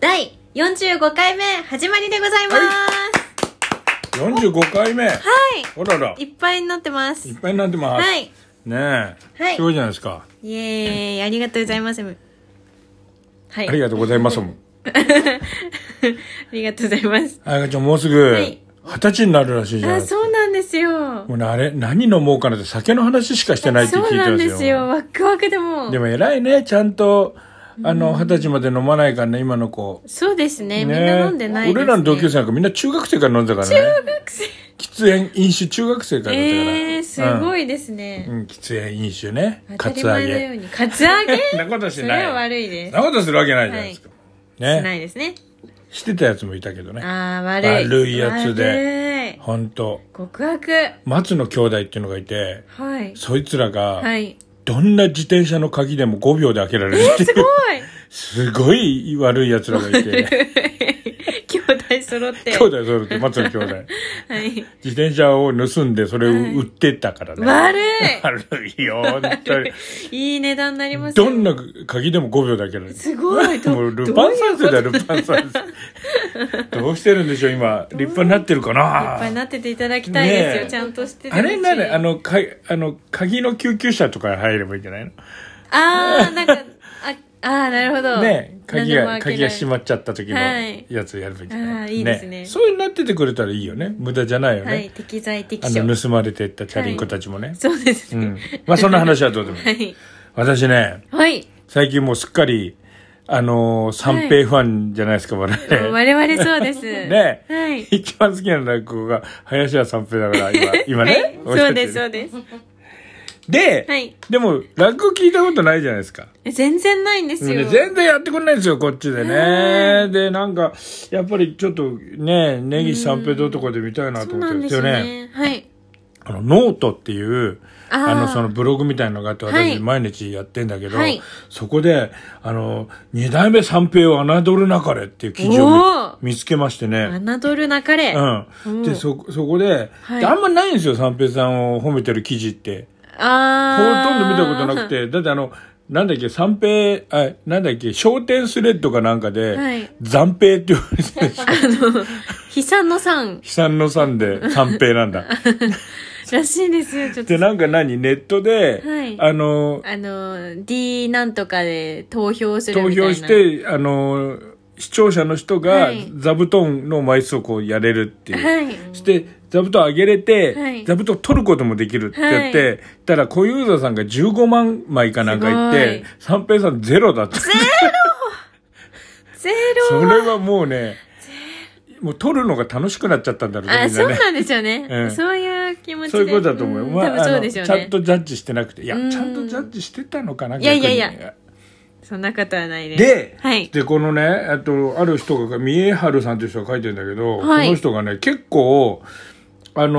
第45回目始まりでございます、 はい、45回目。はい。ほらら。 いっぱいになってます。 いっぱいになってます。 はい。 ねえ。 はい。 すごいじゃないですか。 イエーイ。ありがとうございます。はい。 ありがとうございますもん。 ありがとうございます。 あやかちゃんもうすぐ20歳になるらしいじゃないですか。 そうなんですよ。 もうね、あれ、何飲もうかなって酒の話しかしてないって聞いてますよ。 そうなんですよ。ワクワクでも。 でも偉いね。ちゃんと、20歳まで飲まないからね、今の子。 そうですね。みんな飲んでないですね。 俺らの同級生なんかみんな中学生から飲んだからね。 中学生喫煙飲酒中学生からだったから。 すごいですね。 喫煙飲酒ね。 当たり前のように。カツアゲそんなことしない。 それは悪いです。 そんなことするわけないじゃないですか。ね。 しないですね。 してたやつもいたけどね。 悪いやつで。ほんと。 極悪。 松の兄弟っていうのがいて、 はい。 そいつらが、 はい。 どんな自転車の鍵でも5秒で開けられるっていう。 すごいすごい悪い奴らがいて。 兄弟揃って。 兄弟揃って、松の兄弟。はい。自転車を盗んで、それを売ってたからね。 悪いよ、本当に。 いい値段になりますよ。どんな鍵でも5秒で開けられる。 すごい。 もうルパン三世だよ、ルパン三世。どうしてるんでしょう、今。立派になってるかな。 立派になってていただきたいですよ、ちゃんとしてて。 あれなんだ、鍵の救急車とか入ればいいんじゃないの？ なんか、なるほど。 ね、鍵が閉まっちゃった時のやつやればいいんじゃない？ いいですね。 そういうなっててくれたらいいよね。無駄じゃないよね。 はい、適材適所。 盗まれてったチャリンコたちもね。 そうですね。 まあそんな話はどうでもいい。はい。私ね、 はい。 最近もうすっかり、三平ファンじゃないですか、我々。 我々そうです。 ね。 はい。 一番好きな落語が、林家三平だから、今ね。 そうです、そうです。 で、でも、落語聞いたことないじゃないですか。 全然ないんですよ。 全然やってくんないんですよ、こっちでね。で、なんか、やっぱりちょっとね、根岸三平堂とかで見たいなと思ってるんですよね。 はい。 ノートっていう、そのブログみたいなのがあって、私毎日やってんだけど、そこで、二代目三平を侮るなかれっていう記事を見つけましてね。 侮るなかれ。 で、そこで、あんまないんですよ、三平さんを褒めてる記事って。ほとんど見たことなくて、だってなんだっけ、三平、なんだっけ、商店スレッドかなんかで、残平って言われてるでしょ。 悲惨の惨。 悲惨の惨で三平なんだ。 らしいですよ、ちょっと。 で、なんかネットで、 D なんとかで投票するみたいな。 投票して、視聴者の人が座布団の枚数をこうやれるっていう。そして座布団上げれて、座布団取ることもできるってやって、たら小遊三さんが15万枚かなんか言って、三平さんゼロだった。ゼロそれはもうね、もう取るのが楽しくなっちゃったんだろうね。 そうなんですよね。そういう気持ちで。 そういうことだと思うよ。 多分そうでしょうね。 ちゃんとジャッジしてなくて。いや、ちゃんとジャッジしてたのかな。 いや。そんなことはないです。 で、このね、ある人が、三重春さんという人が書いてるんだけど、この人がね、結構、ちゃん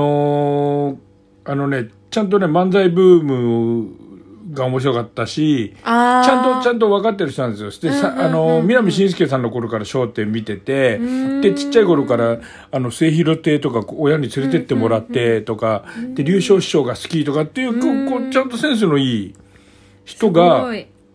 とね、漫才ブームが面白かったし、ちゃんと分かってる人なんですよ。で、南信介さんの頃から笑点見てて、で、ちっちゃい頃から、末広亭とか親に連れてってもらってとか、で、龍昇師匠が好きとかっていう、ちゃんとセンスのいい人が、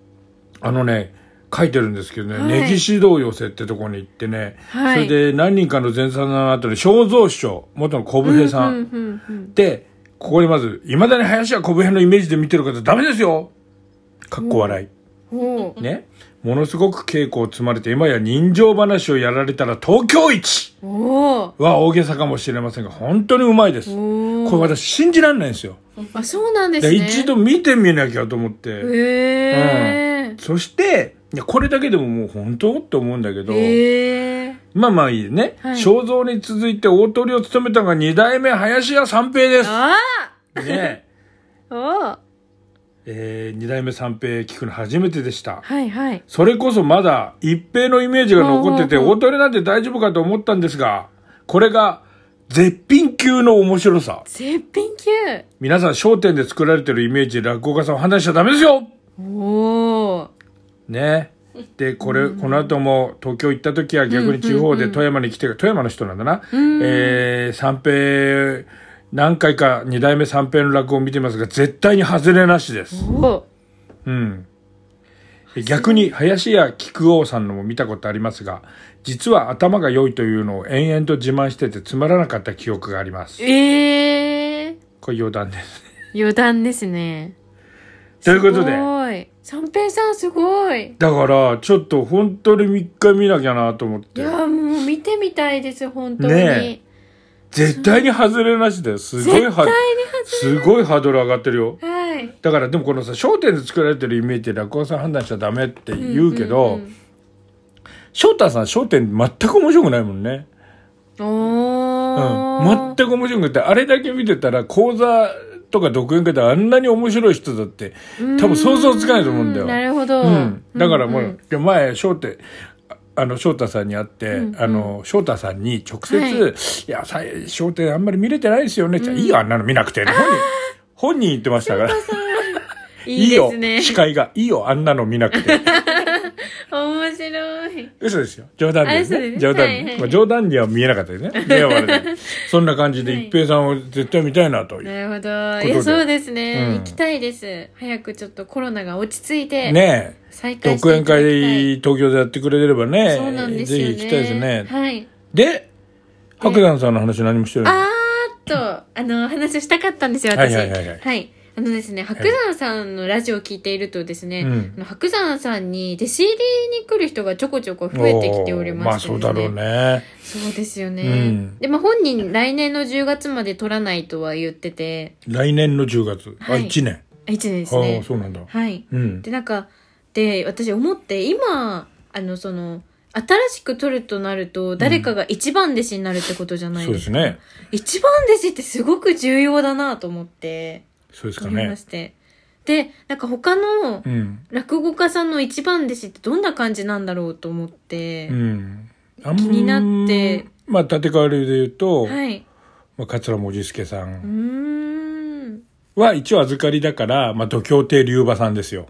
書いてるんですけどね、根岸道寄せってとこに行ってね、それで何人かの前座の後で正蔵師匠、元の小武さん。で、ここにまず、未だに林家小武のイメージで見てる方ダメですよ！かっこ笑い。ね。ものすごく稽古を積まれて、今や人情話をやられたら東京一は大げさかもしれませんが、本当にうまいです。これ私信じられないんですよ。 そうなんですね。 一度見てみなきゃと思って。そして、これだけでももう本当って思うんだけど、まあまあいいね。正蔵に続いて大トリを務めたのが二代目林家三平です。ね。二代目三平聞くの初めてでした。それこそまだ一平のイメージが残ってて、大トリなんて大丈夫かと思ったんですが、これが絶品級の面白さ。 絶品級。 皆さん笑点で作られてるイメージで落語家さんを判断しちゃダメですよ。ね。で、この後も東京行った時は逆に地方で富山に来て、富山の人なんだな。三平、何回か二代目三平の落語を見てますが、絶対に外れなしです。 逆に林家木久扇さんのも見たことありますが、実は頭が良いというのを延々と自慢しててつまらなかった記憶があります。これ余談ですね。 余談ですね。 ということで。 すごい。三平さんすごい。 だから、ちょっと本当に3日見なきゃなと思って。 いや、もう見てみたいです、本当に。 ねえ。絶対に外れなしだよ。すごいハードル上がってるよ。 はい。 だからでもこのさ、笑点で作られてるイメージで落語さん判断しちゃダメって言うけど、翔太さん笑点全く面白くないもんね。全く面白くて、あれだけ見てたら講座とか独演会であんなに面白い人だって多分想像つかないと思うんだよ。 なるほど。 だからもう、前笑点翔太さんに会って、翔太さんに直接、いや、笑点あんまり見れてないですよね。いいよ、あんなの見なくて。本人言ってましたから。いいよ、司会が。いいよ、あんなの見なくて。 面白い。 嘘ですよ。冗談ですね。冗談。冗談には見えなかったですね。そんな感じで、一平さんを絶対見たいなという。 なるほど。いや、そうですね。行きたいです。早くちょっとコロナが落ち着いて。 ねえ。 再開して独演会で東京でやってくれればね。 そうなんですよね。 ぜひ行きたいですね。 はい。 で、白山さんの話何もしてない。 話をしたかったんですよ、私。はい。ですね、白山さんのラジオを聞いているとですね、白山さんに弟子入りに来る人がちょこちょこ増えてきておりましてですね。 まあそうだろうね。 そうですよね。で、本人来年の10月まで取らないとは言ってて。 来年の10月。1年。 1年ですね。 そうなんだ。 はい。で、私思って、今、新しく取るとなると、誰かが一番弟子になるってことじゃないですか。そうですね。一番弟子ってすごく重要だなと思って。 そうですかね。 で、他の落語家さんの一番弟子ってどんな感じなんだろうと思って、気になって。 立川流で言うと、桂文字助さんは一応預かりだから、度胸亭龍馬さんですよ。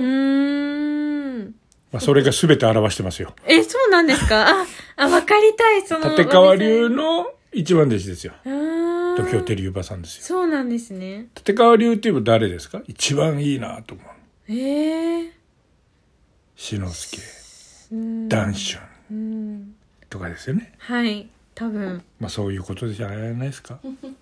それが全て表してますよ。 そうなんですか？わかりたい、 立川流の一番弟子ですよ。度胸亭龍馬さんですよ。 そうなんですね。 立川流って言えば誰ですか？一番いいなと思う。志の輔、談春とかですよね。 はい、多分。 そういうことじゃないですか。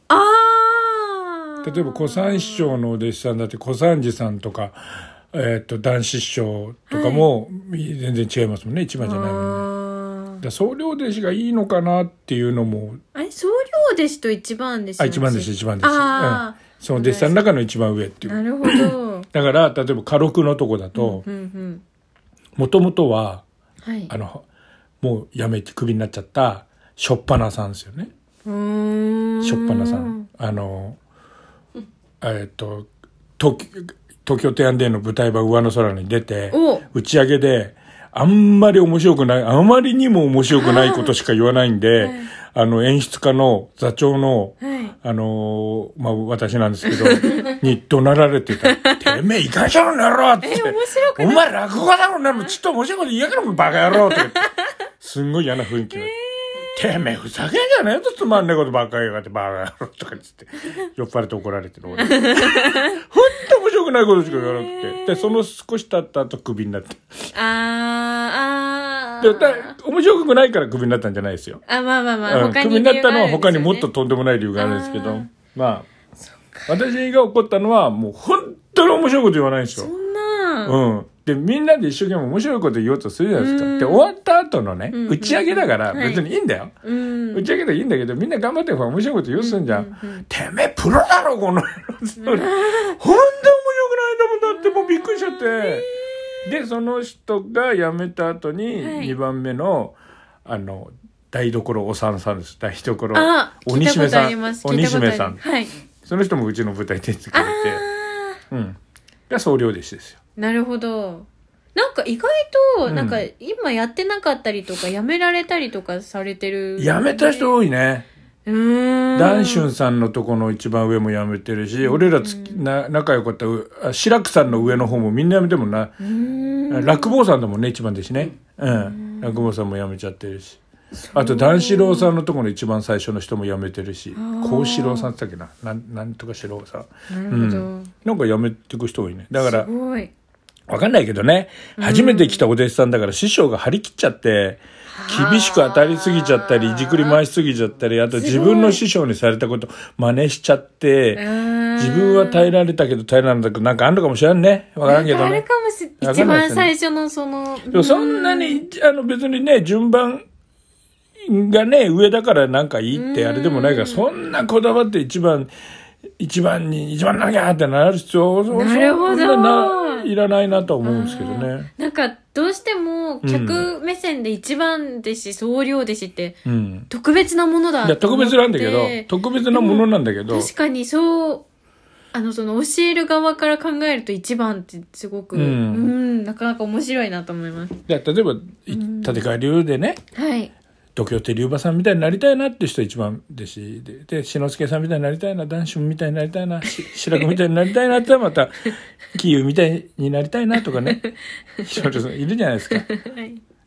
例えば小三師匠のお弟子さんだって小三治さんとか、談志師匠とかも全然違いますもんね。一番じゃないもんね。総領弟子がいいのかなっていうのも。 総領弟子と一番弟子。 一番弟子。その弟子さんの中の一番上っていう。 なるほど。 だから例えば家禄のとこだと、もともとはもう辞めてクビになっちゃったしょっぱなさんですよね。しょっぱなさん。東京テアンデーの舞台場上の空に出て、打ち上げで、あんまりにも面白くないことしか言わないんで、演出家の座長の、私なんですけど、に怒鳴られてた。てめえ、いかしゃの野郎って。お前落語だろなの、ちょっと面白いこと言いやがるもん、バカ野郎って。すんごい嫌な雰囲気で。てめえ、ふざけんじゃねえとつまんねえことばっかりやがって、バカ野郎とかつって、酔っ払って怒られてる俺。ほんと面白くないことしか言わなくて。で、その少し経った後、クビになった。面白くないからクビになったんじゃないですよ。クビになったのは他にもっととんでもない理由があるんですけど、私が怒ったのは、もう本当に面白いこと言わないんですよ。で、みんなで一生懸命面白いこと言おうとするじゃないですか。で、終わった後のね、打ち上げだから別にいいんだよ。打ち上げでいいんだけど、みんな頑張って面白いこと言おうとするんじゃん。てめえ、プロだろ、この野郎。ほんと面白くないんだもんだって、もうびっくりしちゃって。で、その人が辞めた後に、2番目の、台所おさんさんです。台所。鬼しめさん。鬼しめさん。その人もうちの舞台手伝ってくれて。が総領弟子ですよ。 なるほど。意外と、今やってなかったりとか、辞められたりとかされてる。 辞めた人多いね。談春さんのとこの一番上も辞めてるし、俺ら仲良かった志らくさんの上の方もみんな辞めてもな。落坊さんだもんね、一番弟子ね。落坊さんも辞めちゃってるし。あと、談志郎さんのところの一番最初の人も辞めてるし、幸四郎さんって言ったっけな。なんとか四郎さん。辞めてく人多いね。だから、 わかんないけどね。初めて来たお弟子さんだから師匠が張り切っちゃって、厳しく当たりすぎちゃったり、いじくり回しすぎちゃったり、あと自分の師匠にされたこと真似しちゃって、自分は耐えられたけど耐えられなかったけど、なんかあんのかもしれんね。わからんけどね。 あるかもしれない。一番最初のでもそんなに、別にね、順番がね、上だからなんかいいってあれでもないから、そんなこだわって一番なきゃってなる必要、 なるほど。 いらないなと思うんですけどね。 なんか、どうしても、客目線で一番弟子、総領弟子って、特別なものだと思って。 特別なんだけど、特別なものなんだけど。 確かにそう、その教える側から考えると一番ってすごく、なかなか面白いなと思います。 例えば、立川流でね。 はい。 度胸って龍馬さんみたいになりたいなって人一番弟子で、志の輔さんみたいになりたいな、談春みたいになりたいな、白くみたいになりたいなってまた、紀遊みたいになりたいなとかね、いるじゃないですか。はい、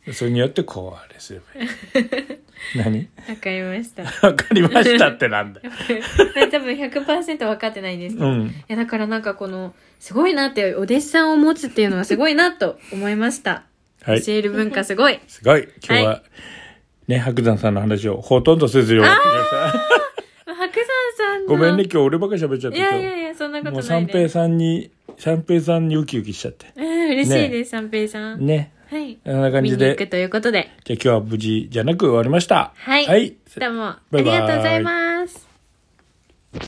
それによってこうあれすればいい。何？ わかりました。 わかりましたってなんだよ。 多分 100% 分かってないです。いやだからなんかすごいなってお弟子さんを持つっていうのはすごいなと思いました。はい、教える文化すごい。 すごい。今日は、ね、白山さんの話をほとんどせずよ。 白山さんの。 ごめんね、今日俺ばっかり喋っちゃって。 いや、そんなことないです。もう三平さんにウキウキしちゃって。 嬉しいです、三平さん。 ね。 はい。 こんな感じで。 見に行くということで。 じゃあ今日は無事じゃなく終わりました。 はい。どうも。ありがとうございます。